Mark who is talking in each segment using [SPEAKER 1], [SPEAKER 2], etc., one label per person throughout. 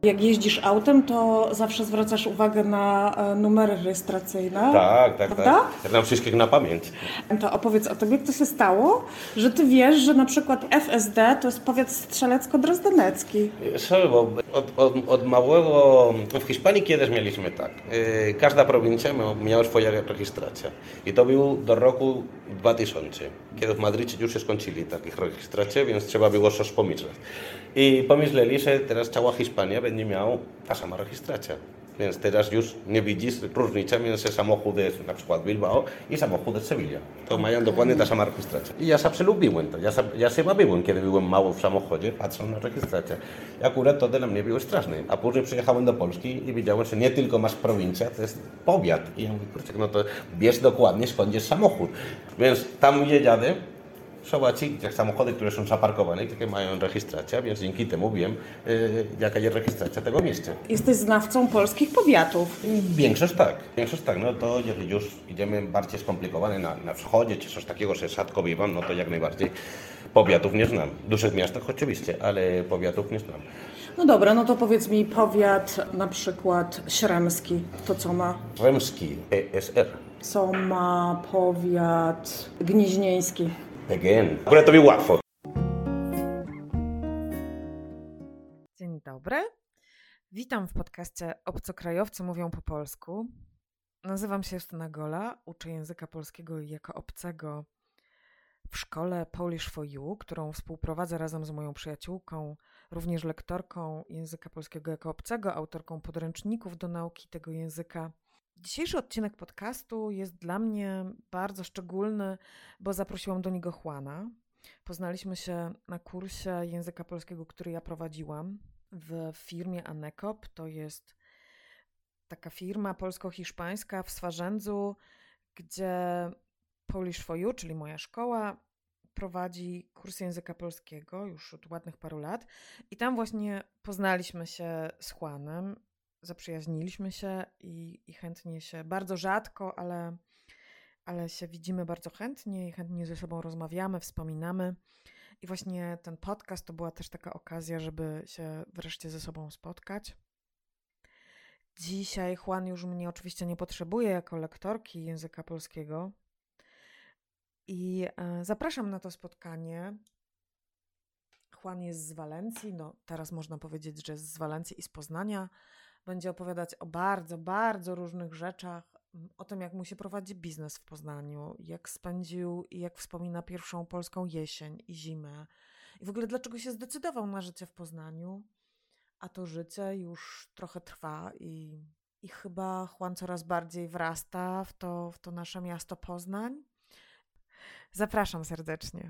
[SPEAKER 1] Jak jeździsz autem, to zawsze zwracasz uwagę na numery rejestracyjne.
[SPEAKER 2] Tak.
[SPEAKER 1] Prawda?
[SPEAKER 2] Ja znam wszystkich na pamięć.
[SPEAKER 1] To opowiedz o tym, jak to się stało, że ty wiesz, że na przykład FSD to jest powiat strzelecko-drozdenecki.
[SPEAKER 2] Co, bo od małego... W Hiszpanii kiedyś mieliśmy tak. Każda prowincja miała swoją rejestrację. I to było do roku 2000, kiedy w Madrycie już się skończyli takich rejestracje, więc trzeba było coś pomyśleć. I pomyśleli, że teraz cała Hiszpania będzie miała ta sama rejestracja. Więc teraz już nie widzisz różnicy między samochodem na przykład Bilbao i samochodem Sevilla. To mają dokładnie ta sama rejestracja. I ja zawsze lubiłem to. Ja się bawiłem, kiedy byłem mało w samochodzie, patrząc na rejestrację. I akurat to dla mnie było straszne. A później przyjechałem do Polski i widziałem, że nie tylko masz prowincję, to jest powiat. I ja mówię, kurczę, no to wiesz dokładnie, skąd jest samochód. Więc tam gdzie jadę, są samochody, które są zaparkowane i takie mają rejestrację, więc dzięki temu wiem, jaka jest rejestracja tego miejsca.
[SPEAKER 1] Jesteś znawcą polskich powiatów.
[SPEAKER 2] Większość tak. No to jeżeli już idziemy bardziej skomplikowane na wschodzie, czy coś takiego, że rzadko bywam, no to jak najbardziej powiatów nie znam. W dużych miastach oczywiście, ale powiatów nie znam.
[SPEAKER 1] No dobra, no to powiedz mi powiat na przykład śremski, to co ma?
[SPEAKER 2] Śremski, PSR.
[SPEAKER 1] Co ma powiat gnieźnieński?
[SPEAKER 2] PGN. Akurat to mi łatwo.
[SPEAKER 3] Dzień dobry. Witam w podcaście Obcokrajowcy mówią po polsku. Nazywam się Justyna Gola, uczę języka polskiego jako obcego w szkole Polish for You, którą współprowadzę razem z moją przyjaciółką, również lektorką języka polskiego jako obcego, autorką podręczników do nauki tego języka. Dzisiejszy odcinek podcastu jest dla mnie bardzo szczególny, bo zaprosiłam do niego Juana. Poznaliśmy się na kursie języka polskiego, który ja prowadziłam w firmie Anekop. To jest taka firma polsko-hiszpańska w Swarzędzu, gdzie Polish for You, czyli moja szkoła, prowadzi kurs języka polskiego już od ładnych paru lat. I tam właśnie poznaliśmy się z Juanem. Zaprzyjaźniliśmy się i chętnie się, bardzo rzadko, ale się widzimy bardzo chętnie i chętnie ze sobą rozmawiamy, wspominamy. I właśnie ten podcast to była też taka okazja, żeby się wreszcie ze sobą spotkać. Dzisiaj Juan już mnie oczywiście nie potrzebuje jako lektorki języka polskiego i zapraszam na to spotkanie. Juan jest z Walencji, no teraz można powiedzieć, że jest z Walencji i z Poznania. Będzie opowiadać o bardzo, bardzo różnych rzeczach, o tym, jak mu się prowadzi biznes w Poznaniu, jak spędził i jak wspomina pierwszą polską jesień i zimę. I w ogóle dlaczego się zdecydował na życie w Poznaniu, a to życie już trochę trwa i chyba Juan coraz bardziej wrasta w to nasze miasto Poznań. Zapraszam serdecznie.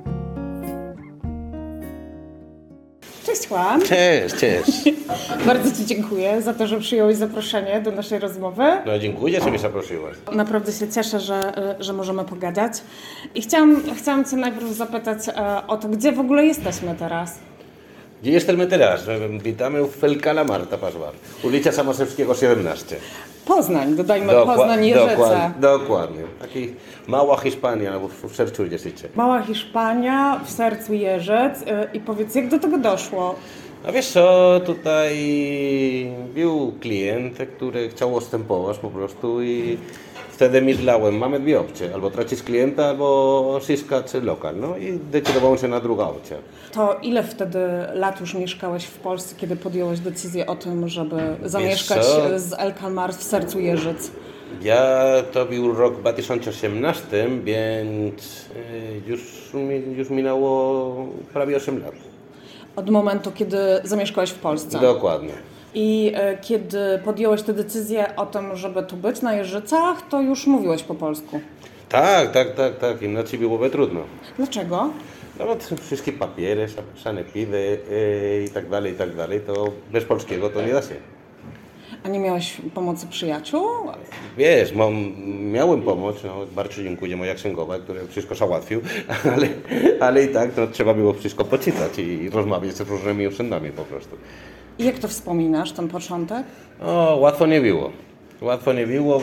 [SPEAKER 1] Cześć Juan.
[SPEAKER 2] Cześć.
[SPEAKER 1] Bardzo Ci dziękuję za to, że przyjąłeś zaproszenie do naszej rozmowy.
[SPEAKER 2] No dziękuję, że mnie zaprosiłaś.
[SPEAKER 1] Naprawdę się cieszę, że możemy pogadać. I chciałam Cię najpierw zapytać o to, gdzie w ogóle jesteśmy teraz?
[SPEAKER 2] Gdzie jesteśmy teraz? Witamy w Felkala Marta Paszwar, ulica Samosewskiego 17.
[SPEAKER 1] Poznań, dodajmy Poznań Jeżyce.
[SPEAKER 2] Dokładnie. Taki mała Hiszpania w sercu Jeżycy.
[SPEAKER 1] Mała Hiszpania w sercu Jeżyc. I powiedz, jak do tego doszło?
[SPEAKER 2] A wiesz co, tutaj był klient, który chciał odstępować po prostu i wtedy myślałem, mamy dwie opcje, albo tracić klienta, albo zyskać lokal. No i decydowałem się na drugą opcję.
[SPEAKER 1] To ile wtedy lat już mieszkałeś w Polsce, kiedy podjąłeś decyzję o tym, żeby zamieszkać z El Calmar w sercu Jeżyc?
[SPEAKER 2] To był rok 2018, więc już minęło prawie 8 lat.
[SPEAKER 1] Od momentu, kiedy zamieszkałeś w Polsce?
[SPEAKER 2] Dokładnie.
[SPEAKER 1] I kiedy podjąłeś tę decyzję o tym, żeby tu być na Jeżycach, to już mówiłeś po polsku?
[SPEAKER 2] Tak. Inaczej byłoby trudno.
[SPEAKER 1] Dlaczego?
[SPEAKER 2] No bo wszystkie papiery, sanepidy i tak dalej, to bez polskiego to nie da się.
[SPEAKER 1] A nie miałeś pomocy przyjaciół?
[SPEAKER 2] Wiesz, miałem pomoc, bardzo dziękuję moja księgowa, który wszystko załatwił, ale i tak trzeba było wszystko poczytać i rozmawiać z różnymi urzędami po prostu.
[SPEAKER 1] I jak to wspominasz, ten początek?
[SPEAKER 2] Łatwo nie było.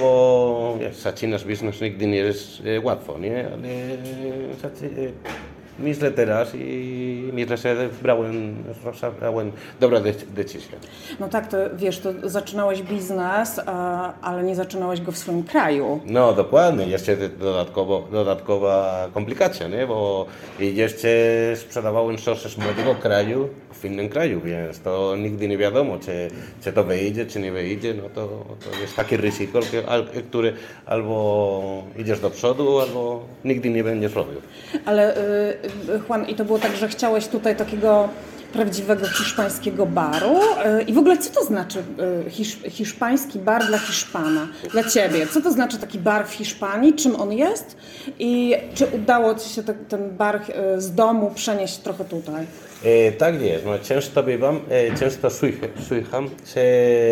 [SPEAKER 2] Bo zaczynasz biznes, nigdy nie jest łatwo, nie? Ale myślę teraz i myślę, że wybrałem dobrą decyzję.
[SPEAKER 1] No tak, to wiesz, to zaczynałeś biznes, ale nie zaczynałeś go w swoim kraju.
[SPEAKER 2] No dokładnie, jeszcze dodatkowa komplikacja, nie? Bo jeszcze sprzedawałem coś z mojego kraju w innym kraju, więc to nigdy nie wiadomo, czy to wyjdzie, czy nie wyjdzie, no to jest takie ryzyko, które albo idziesz do przodu, albo nigdy nie będziesz robił.
[SPEAKER 1] Ale Juan, i to było tak, że chciałeś tutaj takiego prawdziwego hiszpańskiego baru. I w ogóle co to znaczy hiszpański bar dla Hiszpana? Dla Ciebie. Co to znaczy taki bar w Hiszpanii? Czym on jest? I czy udało Ci się ten bar z domu przenieść trochę tutaj?
[SPEAKER 2] Tak jest. No, często słycham, że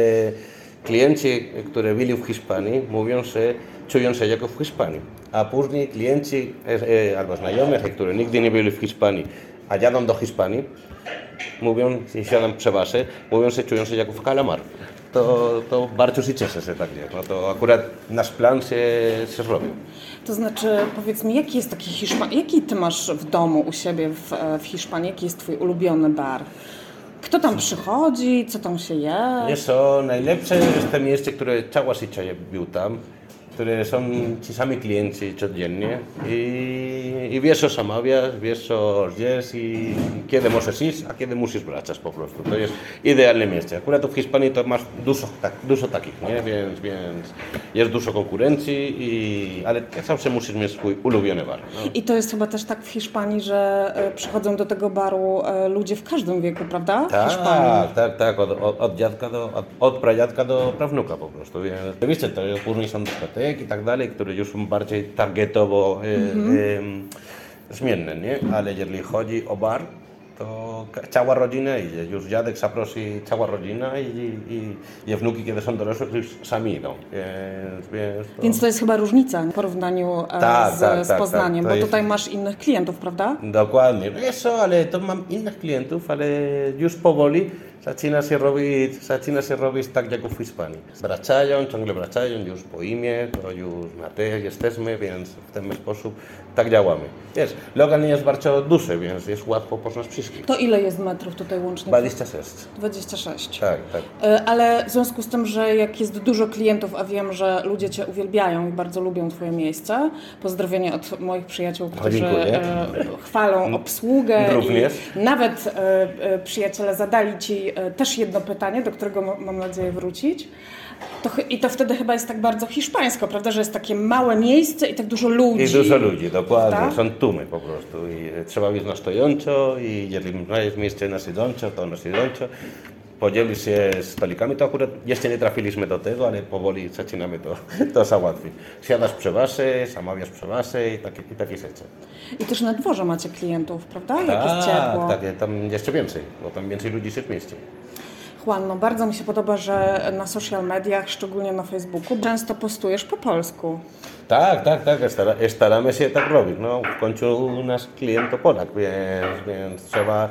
[SPEAKER 2] klienci, którzy byli w Hiszpanii, mówią, że czują się jako w Hiszpanii. A później klienci albo znajomi, którzy nigdy nie byli w Hiszpanii, a jadą do Hiszpanii, mówią, siadam przy wasze, mówią, że czują się jako w Calamar. To bardzo się cieszę, że tak jest. No to akurat nasz plan się zrobił.
[SPEAKER 1] To znaczy, powiedz mi, jaki jest taki jaki ty masz w domu u siebie w Hiszpanii? Jaki jest twój ulubiony bar? Kto tam przychodzi? Co tam się je?
[SPEAKER 2] Wiesz co, najlepsze jest to miejsce, które cała życie był tam, które są ci sami klienci codziennie i wiesz co zamawiasz, wiesz co zjesz i kiedy możesz iść, a kiedy musisz wracać po prostu. To jest idealne miejsce. Akurat w Hiszpanii to masz dużo takich, nie? Więc jest dużo konkurencji, ale zawsze musisz mieć swój ulubiony bar. No.
[SPEAKER 1] I to jest chyba też tak w Hiszpanii, że przychodzą do tego baru ludzie w każdym wieku, prawda?
[SPEAKER 2] Tak. Od pradziadka do prawnuka po prostu. Więc oczywiście to później są dyskoteki i tak dalej, które już są bardziej targetowo zmienne, nie? Ale jeżeli chodzi o bar, to cała rodzina idzie. Już dziadek zaprosi cała rodzina i wnuki, kiedy są dorosłe, już sami idą.
[SPEAKER 1] Więc to jest chyba różnica w porównaniu z Poznaniem, bo tutaj masz innych klientów, prawda?
[SPEAKER 2] Dokładnie. Wiesz co, ale to mam innych klientów, ale już powoli zaczyna się robić tak jak w Hiszpanii. Ciągle wracają już po imię, to już na ty jesteśmy, więc w ten sposób tak działamy. Wiesz, lokal nie jest bardzo duży, więc jest łatwo poznać wszystkich.
[SPEAKER 1] To ile jest metrów tutaj łącznie?
[SPEAKER 2] 26.
[SPEAKER 1] 26.
[SPEAKER 2] Tak.
[SPEAKER 1] Ale w związku z tym, że jak jest dużo klientów, a wiem, że ludzie Cię uwielbiają i bardzo lubią Twoje miejsce, pozdrowienia od moich przyjaciół, którzy chwalą obsługę.
[SPEAKER 2] Również.
[SPEAKER 1] I nawet przyjaciele zadali Ci też jedno pytanie, do którego mam nadzieję wrócić. I to wtedy chyba jest tak bardzo hiszpańsko, prawda, że jest takie małe miejsce i tak dużo ludzi.
[SPEAKER 2] I dużo ludzi, dokładnie.
[SPEAKER 1] Tak?
[SPEAKER 2] Są tłumy po prostu. I trzeba być na stojąco i jeżeli jest miejsce na siedząco, to na siedząco. Podzielić się stolikami, to akurat jeszcze nie trafiliśmy do tego, ale powoli zaczynamy to załatwić. Siadasz przy wasze, zamawiasz przy wasze i takie rzeczy.
[SPEAKER 1] I też na dworze macie klientów, prawda? Jak jest ciepło.
[SPEAKER 2] Tak, tam jeszcze więcej, bo tam więcej ludzi się mieści.
[SPEAKER 1] Juan, no bardzo mi się podoba, że na social mediach, szczególnie na Facebooku, często postujesz po polsku.
[SPEAKER 2] Tak. Staramy się tak robić. No, w końcu nasz klient to Polak, więc trzeba,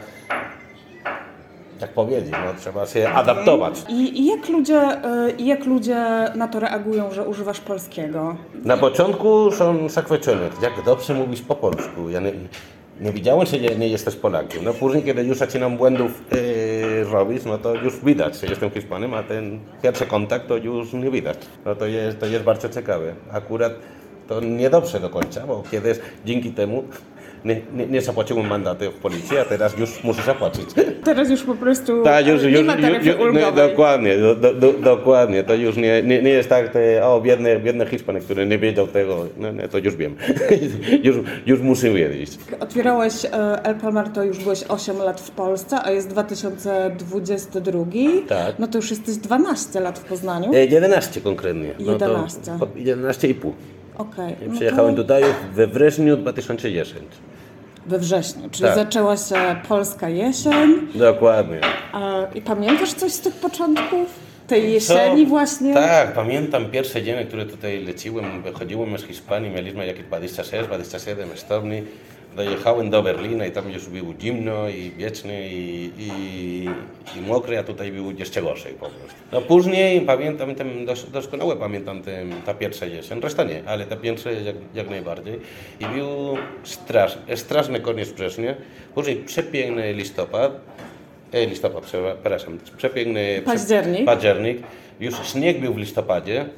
[SPEAKER 2] tak powiedzieć, trzeba się adaptować.
[SPEAKER 1] I jak ludzie na to reagują, że używasz polskiego?
[SPEAKER 2] Na początku są zachwyceni, jak dobrze mówisz po polsku. Ja nie widziałem, że nie jesteś Polakiem. No później, kiedy już zaczynam błędów robić, no to już widać, że jestem Hiszpanem, a ten pierwszy kontakt to już nie widać. No to jest bardzo ciekawe. Akurat to niedobrze do końca, bo kiedyś dzięki temu nie zapłaciłem mandaty w policji, a teraz już muszę zapłacić.
[SPEAKER 1] Teraz już po prostu nie ma taryfy ulgowej.
[SPEAKER 2] Dokładnie. To już nie jest tak, biedny Hiszpan, który nie wiedział tego, to już wiem. już muszę wiedzieć.
[SPEAKER 1] Otwierałeś El Palmar, to już byłeś 8 lat w Polsce, a jest 2022.
[SPEAKER 2] Tak.
[SPEAKER 1] No to już jesteś 12 lat w Poznaniu.
[SPEAKER 2] 11 konkretnie.
[SPEAKER 1] 11.
[SPEAKER 2] 11,5.
[SPEAKER 1] Okay.
[SPEAKER 2] Przyjechałem tutaj we wrześniu 2010.
[SPEAKER 1] We wrześniu, czyli
[SPEAKER 2] tak.
[SPEAKER 1] Zaczęła się polska jesień.
[SPEAKER 2] Dokładnie.
[SPEAKER 1] I pamiętasz coś z tych początków? Tej jesieni właśnie?
[SPEAKER 2] Tak, pamiętam pierwsze dzień, które tutaj leciłem, wychodziłem z Hiszpanii, mieliśmy jakieś 26-27 stopni. dojechałem do Berlina i tam już było zimno i wieczny i mokre, a tutaj było jeszcze gorzej po prostu. No później pamiętam, doskonale pamiętam ta pierwsza jesień, reszta nie, ale ta pierwsza jak najbardziej. I był straszny koniec września, później przepiękny przepiękny październik. Już śnieg był w listopadzie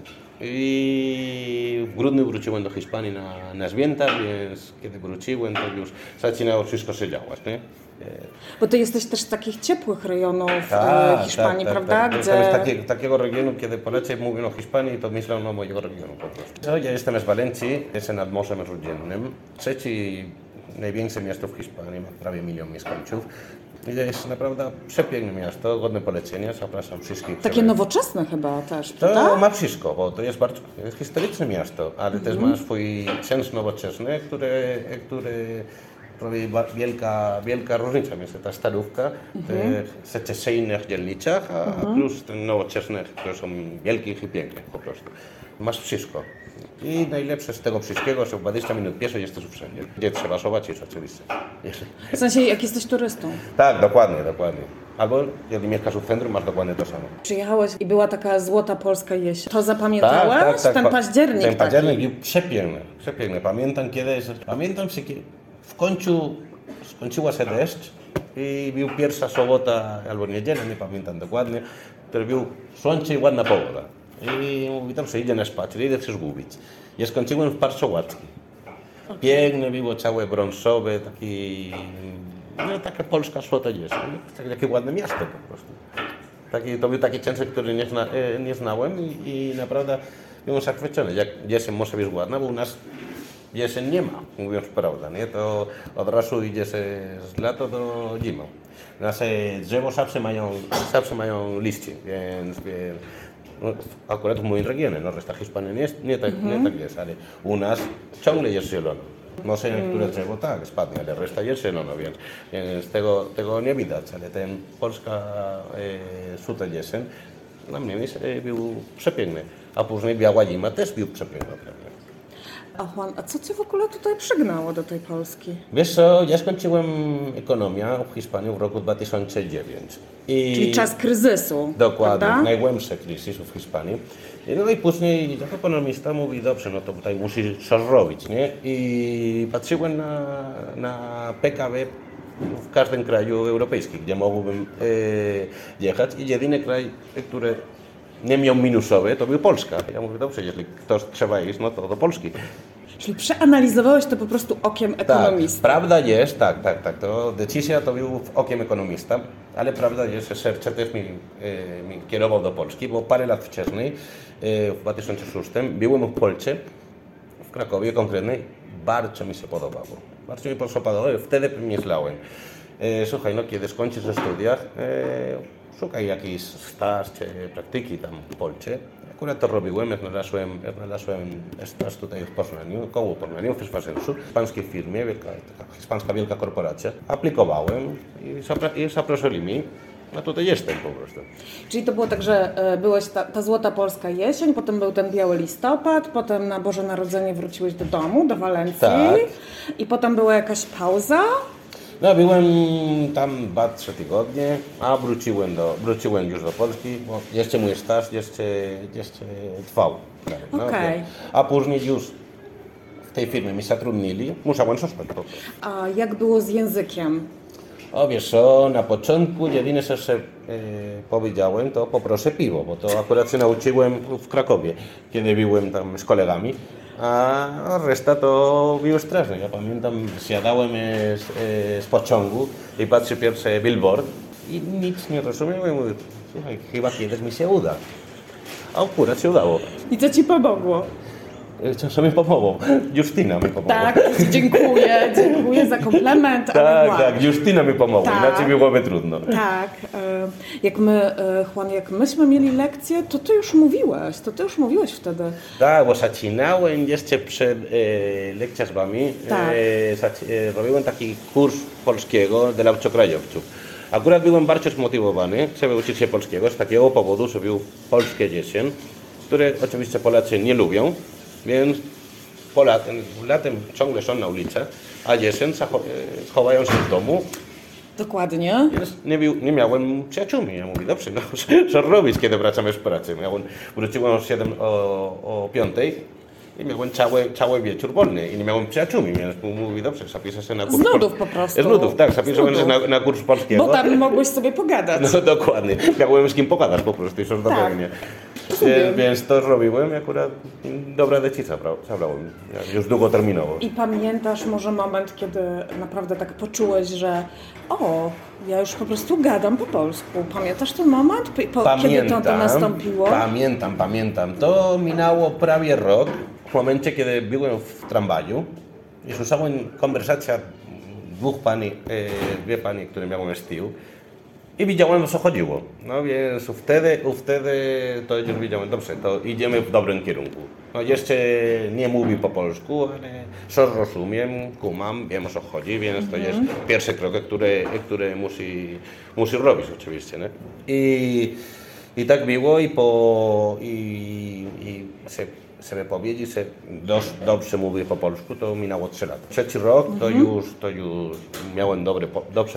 [SPEAKER 2] i w grudniu wróciłem do Hiszpanii na święta, więc kiedy wróciłem, to już zaczynało wszystko się działać, nie?
[SPEAKER 1] Bo ty jesteś też z takich ciepłych rejonów Hiszpanii, prawda?
[SPEAKER 2] Tak.
[SPEAKER 1] Gdzie...
[SPEAKER 2] Jestem z takiego regionu, kiedy Polacy mówią o Hiszpanii, to myślą o mojego regionu po prostu. No, ja jestem z Walencji, jestem nad Morzem Śródziemnym. Trzeci największe miasto w Hiszpanii, ma prawie 1 milion mieszkańców. I to jest naprawdę przepiękne miasto, godne polecenia, zapraszam wszystkich.
[SPEAKER 1] Takie nowoczesne chyba też,
[SPEAKER 2] To
[SPEAKER 1] prawda?
[SPEAKER 2] ma wszystko, bo to jest bardzo historyczne miasto, ale też ma swój sens nowoczesny, który robi wielka różnica między ta starówka, secesyjnych dzielnicach, a plus te nowoczesne, które są wielkie i piękne po prostu. Masz wszystko. I najlepsze z tego wszystkiego, że w 20 minut pieszo jesteś wszędzie. Gdzie trzeba szować jest oczywiście.
[SPEAKER 1] W sensie, jak jesteś turystą.
[SPEAKER 2] Tak, dokładnie. Albo jeżeli mieszkasz w centrum, masz dokładnie to samo.
[SPEAKER 1] Przyjechałeś i była taka złota polska jesień. To zapamiętałeś?
[SPEAKER 2] Tak.
[SPEAKER 1] Ten październik
[SPEAKER 2] Ten październik
[SPEAKER 1] taki.
[SPEAKER 2] był przepiękny. Pamiętam się, w końcu skończyła się deszcz i był pierwsza sobota albo niedziela, nie pamiętam dokładnie, który był słońce i ładna pogoda. I mówi, dobrze, idę na spacer, idę się zgubić. Ja skończyłem w Parku Łackim. Piękne było, całe brązowe, taka polska szota jest. Takie ładne miasto po prostu. To był taki częstek, który nie znałem i naprawdę byłem zachwycony. Jak jesień może być ładna, bo u nas jesień nie ma, mówiąc prawdę, nie? To od razu idzie się z lata do zimy. Nasze drzewo zawsze mają liście, więc no, akurat w moim regionie, no reszta Hiszpanii nie tak jest, ale u nas ciągle jest zielono. Może niektóre drzewo tak spadnie, ale reszta jest zielono, więc tego nie widać, ale ten polska suta jesień dla mnie był przepiękny, a później biała zima też był przepiękna.
[SPEAKER 1] A Juan, a co cię w ogóle tutaj przygnało do tej Polski?
[SPEAKER 2] Wiesz co, ja skończyłem ekonomię w Hiszpanii w roku 2009.
[SPEAKER 1] Czyli czas kryzysu.
[SPEAKER 2] Dokładnie,
[SPEAKER 1] prawda?
[SPEAKER 2] najgłębszy kryzys w Hiszpanii. No i później jako ekonomista mówi, dobrze, no to tutaj musi coś robić, nie? I patrzyłem na PKB w każdym kraju europejskim, gdzie mógłbym jechać i jedyny kraj, który nie miał minusowe, to był Polska. Ja mówię, dobrze, jeśli ktoś trzeba iść, no to do Polski.
[SPEAKER 1] Czyli przeanalizowałeś to po prostu okiem ekonomisty.
[SPEAKER 2] Tak, prawda jest, tak. To decyzja to był okiem ekonomista, ale prawda jest, że serce też mi kierował do Polski, bo parę lat wcześniej, w 2006, byłem w Polsce, w Krakowie konkretnej, bardzo mi się podobało. Bardzo mi podobało, wtedy myślałem, słuchaj, no kiedy skończysz ze studiach, szukaj jakiejś staż czy praktyki tam w Polsce. Akurat to robiłem, jak znalazłem staż tutaj w Poznaniu, koło Poznaniu, w Feszwaszensu, w hiszpańskiej firmie, taka hiszpańska wielka korporacja. Aplikowałem i zaprosili mnie, a tutaj jestem po prostu.
[SPEAKER 1] Czyli to było tak, że byłeś ta złota polska jesień, potem był ten biały listopad, potem na Boże Narodzenie wróciłeś do domu, do Walencji i potem była jakaś pauza.
[SPEAKER 2] No byłem tam 2-3 tygodnie, a wróciłem już do Polski, bo jeszcze mój staż jeszcze trwał. No,
[SPEAKER 1] Okej.
[SPEAKER 2] A później już w tej firmie mi zatrudnili, musiałem zostać po prostu.
[SPEAKER 1] A jak było z językiem?
[SPEAKER 2] O wiesz co, na początku jedyne co powiedziałem to poproszę piwo, bo to akurat się nauczyłem w Krakowie, kiedy byłem tam z kolegami. A reszta to było straszne. Ja pamiętam, zjadałem z pociągu i patrzę pierwszy billboard i nic nie rozumiałem. Mówię, słuchaj, chyba kiedyś mi się uda. A akurat się udało.
[SPEAKER 1] I co ci pomogło?
[SPEAKER 2] Co mi pomogło? Justyna mi pomogła.
[SPEAKER 1] Tak, dziękuję za komplement.
[SPEAKER 2] Tak, Justyna mi pomogła,
[SPEAKER 1] Tak.
[SPEAKER 2] inaczej byłoby trudno.
[SPEAKER 1] Tak, Juan, jak myśmy mieli lekcję, to ty już mówiłeś wtedy.
[SPEAKER 2] Tak, bo zaczynałem jeszcze przed lekcjami,
[SPEAKER 1] Tak.
[SPEAKER 2] robiłem taki kurs polskiego dla obcokrajowców. Akurat byłem bardzo zmotywowany, żeby uczyć się polskiego z takiego powodu, że był polskie jesień, które oczywiście Polacy nie lubią, więc latem ciągle są na ulicy, a jesień chowają się w domu.
[SPEAKER 1] Dokładnie.
[SPEAKER 2] Więc nie miałem przyjaciółmi. Ja mówię, dobrze, no, co robić, kiedy wracamy z pracy? Wróciłem o 5 i miałem cały wieczór wolny i nie miałem przyjaciółmi, więc mówię, dobrze, zapiszę się na kurs.
[SPEAKER 1] Z nudów po prostu.
[SPEAKER 2] Z nudów, tak, zapisałem się na kurs polskiego.
[SPEAKER 1] Bo tam mogłeś sobie pogadać.
[SPEAKER 2] No dokładnie, miałem z kim pogadać po prostu i są zadowolenie. Więc to zrobiłem i akurat dobra decyzja zabrałem, już długoterminowo.
[SPEAKER 1] I pamiętasz może moment, kiedy naprawdę tak poczułeś, że ja już po prostu gadam po polsku. Pamiętasz ten moment, kiedy to nastąpiło?
[SPEAKER 2] Pamiętam. To minęło prawie rok, w momencie, kiedy byłem w tramwaju i słyszałem konwersację dwie pani, które miały z tyłu. I widziałem, o co chodziło. No więc wtedy to już wiedziałem, dobrze, to idziemy w dobrym kierunku. No jeszcze nie mówi po polsku, ale co rozumiem, kumam, wiem, o co chodzi, więc to jest pierwszy krok, który musi robić oczywiście. Nie? I tak było sobie powiedzieć, że dość dobrze mówię po polsku, to minęło 3 lata. Trzeci rok to już miałem dobry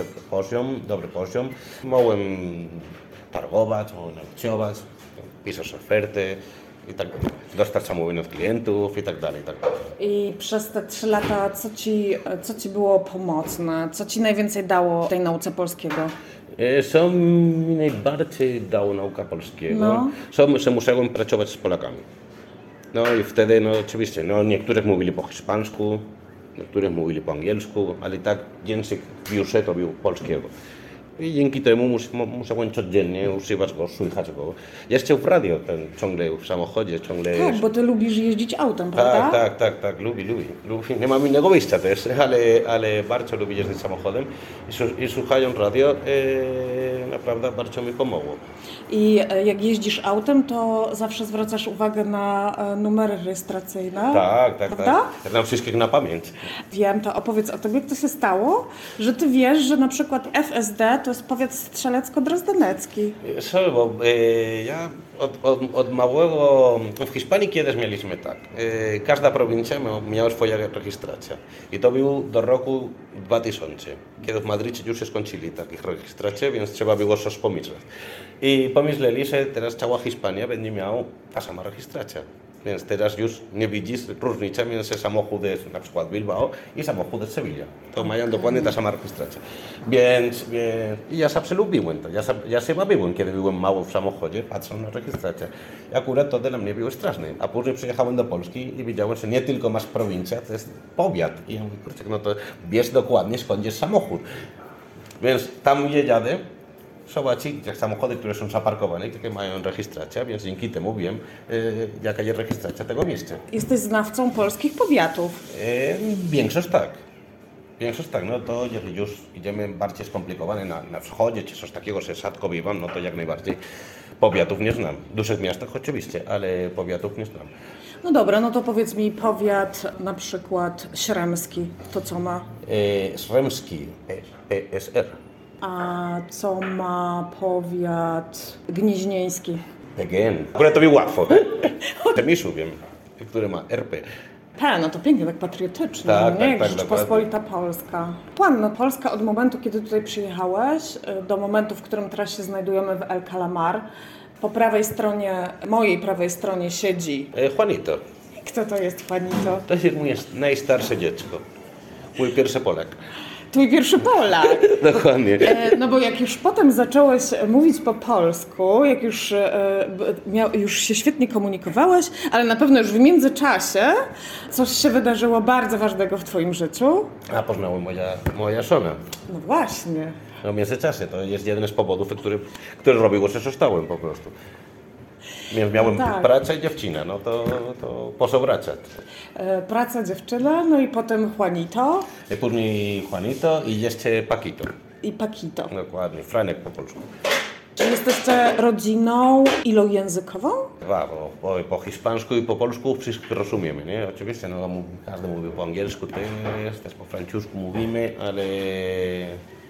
[SPEAKER 2] poziom. Mogłem targować, mogłem negocjować, pisać oferty i tak dostać zamówień od klientów i tak dalej.
[SPEAKER 1] I przez te 3 lata co ci było pomocne? Co ci najwięcej dało w tej nauce polskiego?
[SPEAKER 2] Co mi najbardziej dało nauka polskiego, że musiałem pracować z Polakami. No i wtedy, oczywiście, niektórych mówili po hiszpańsku, niektórych mówili po angielsku, ale tak język w biurze to był polskiego. I dzięki temu musiałem codziennie używać go, słychać go. Jeszcze w radio, ciągle w samochodzie, ciągle...
[SPEAKER 1] Tak, bo ty lubisz jeździć autem, prawda?
[SPEAKER 2] Tak, lubię. Nie mam innego wyjścia też, ale bardzo lubię jeździć samochodem i słuchając radio naprawdę bardzo mi pomogło.
[SPEAKER 1] I jak jeździsz autem, to zawsze zwracasz uwagę na numery rejestracyjne?
[SPEAKER 2] Tak.
[SPEAKER 1] Prawda?
[SPEAKER 2] Znam wszystkich na pamięć.
[SPEAKER 1] Wiem, to opowiedz o tym, jak to się stało, że ty wiesz, że na przykład FSD to jest powiat strzelecko-drozdenecki.
[SPEAKER 2] Bo ja od małego, w Hiszpanii kiedyś mieliśmy tak, każda prowincja miała swoją rejestrację i to był do roku 2000, kiedy w Madrycie już się skończyli takich rejestracje, więc trzeba było coś pomyśleć. I pomyśleli, że teraz cała Hiszpania będzie miała ta sama rejestracja. Więc teraz już nie widzisz różnicy między samochodem na przykład Bilbao i samochodem Sevilla. To mają dokładnie ta sama rejestracja. Więc ja zawsze lubiłem to. Ja się bawiłem, kiedy byłem mało w samochodzie, patrząc na rejestrację. I akurat to dla mnie było straszne. A później przyjechałem do Polski i widziałem, że nie tylko masz prowincję, to jest powiat. I ja mówię, kurczę, to wiesz dokładnie, skąd jest samochód. Więc tam jedziemy. Zobaczyć, jak samochody, które są zaparkowane, takie mają rejestrację, więc dzięki temu wiem, jaka jest rejestracja tego miejsca.
[SPEAKER 1] Jesteś znawcą polskich powiatów.
[SPEAKER 2] Większość tak. No to jeżeli już idziemy bardziej skomplikowane na wschodzie, czy coś takiego, że rzadko bywam, no to jak najbardziej powiatów nie znam. W dużych miastach oczywiście, ale powiatów nie znam.
[SPEAKER 1] No dobra, no to powiedz mi powiat na przykład śremski, to co ma?
[SPEAKER 2] Śremski, PSR.
[SPEAKER 1] A co ma powiat gnieźnieński?
[SPEAKER 2] PGN. Akurat to mi łatwo. Przemysłu wiem, który ma RP.
[SPEAKER 1] No to pięknie, tak patriotycznie,
[SPEAKER 2] tak,
[SPEAKER 1] nie?
[SPEAKER 2] Tak,
[SPEAKER 1] Rzeczpospolita Polska. Polska od momentu, kiedy tutaj przyjechałeś, do momentu, w którym teraz się znajdujemy w El Calamar, po mojej prawej stronie siedzi...
[SPEAKER 2] Juanito.
[SPEAKER 1] Kto to jest Juanito?
[SPEAKER 2] To jest moje najstarsze dziecko. Mój pierwszy Polak.
[SPEAKER 1] Twój pierwszy Polak.
[SPEAKER 2] Dokładnie.
[SPEAKER 1] No bo jak już potem zacząłeś mówić po polsku, jak już się świetnie komunikowałeś, ale na pewno już w międzyczasie coś się wydarzyło bardzo ważnego w twoim życiu.
[SPEAKER 2] A poznałem moja żona.
[SPEAKER 1] No właśnie.
[SPEAKER 2] No w międzyczasie to jest jeden z powodów, który robił, że zostałem po prostu. Miałem pracę i dziewczynę, no to po co wracać?
[SPEAKER 1] Praca, dziewczyna, no i potem Juanito.
[SPEAKER 2] I później Juanito i jeszcze Paquito.
[SPEAKER 1] I Paquito.
[SPEAKER 2] Dokładnie, Franek po polsku.
[SPEAKER 1] Czy jesteście rodziną ilojęzykową?
[SPEAKER 2] Bo po hiszpańsku i po polsku wszystko rozumiemy, nie? Oczywiście, każdy mówi po angielsku, też po francusku mówimy, ale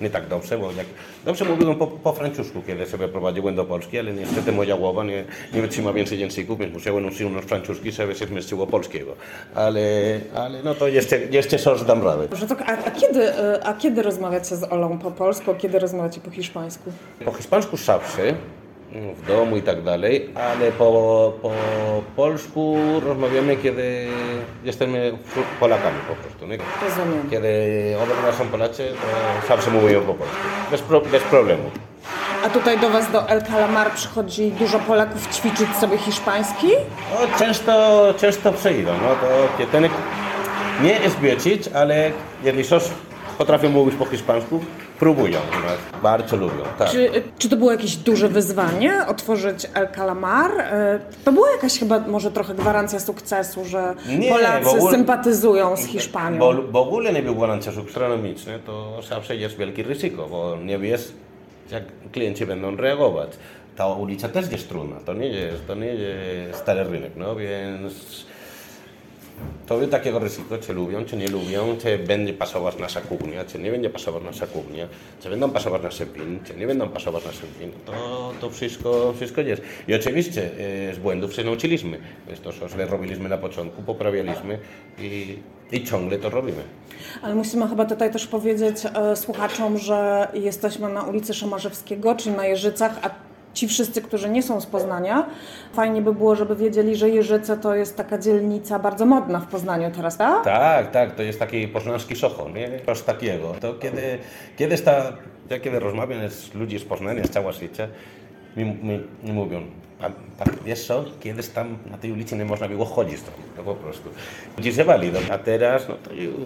[SPEAKER 2] nie tak dobrze, bo jak dobrze mówiłem po francusku, kiedy się wyprowadziłem do Polski, ale niestety moja głowa nie wytrzyma więcej języków, więc musiałem usunąć francuski, żeby się zmieściło polskiego. Ale no to jeszcze coś dam radę.
[SPEAKER 1] Że to, a kiedy rozmawiacie z Olą po polsku, a kiedy rozmawiacie po hiszpańsku?
[SPEAKER 2] Po hiszpańsku zawsze, w domu i tak dalej, ale po polsku rozmawiamy, kiedy jesteśmy Polakami po prostu. Nie?
[SPEAKER 1] Rozumiem.
[SPEAKER 2] Kiedy obok nas są Polacy, to zawsze mówią po polsku. Bez problemu.
[SPEAKER 1] A tutaj do was, do El Calamar, przychodzi dużo Polaków ćwiczyć sobie hiszpański?
[SPEAKER 2] No, często przyjdą. No, to kietenek nie jest ćwiczyć, ale jeżeli coś potrafią mówić po hiszpańsku, próbują. Bardzo lubią. Tak.
[SPEAKER 1] Czy to było jakieś duże wyzwanie, otworzyć El Calamar? To była jakaś chyba może trochę gwarancja sukcesu, że Polacy sympatyzują z Hiszpanią?
[SPEAKER 2] Bo w ogóle nie był gwarancja gastronomiczna, to zawsze jest wielkie ryzyko, bo nie wiesz, jak klienci będą reagować. Ta ulica też jest trudna, to nie jest stary rynek, no więc to jest takiego ryzyko, czy lubią, czy nie lubią, czy będzie pasować nasza kuchnia, czy nie będzie pasować nasza kuchnia, czy będą pasować nasze win, czy nie będą pasować nasze win, to wszystko jest. I oczywiście z błędów się nauczyliśmy, więc to, co źle robiliśmy na początku, poprawialiśmy i ciągle to robimy.
[SPEAKER 1] Ale musimy chyba tutaj też powiedzieć słuchaczom, że jesteśmy na ulicy Szymarzewskiego, czyli na Jeżycach, a ci wszyscy, którzy nie są z Poznania, fajnie by było, żeby wiedzieli, że Jeżyce to jest taka dzielnica bardzo modna w Poznaniu teraz, tak?
[SPEAKER 2] Tak, to jest taki poznański Socho, nie? Coś takiego. To kiedy rozmawiam z ludźmi z Poznania, z całego świata, mi mówią, wiesz co, kiedyś tam na tej ulicy nie można było chodzić tam, no po prostu. Ludzie się bali, a teraz, no to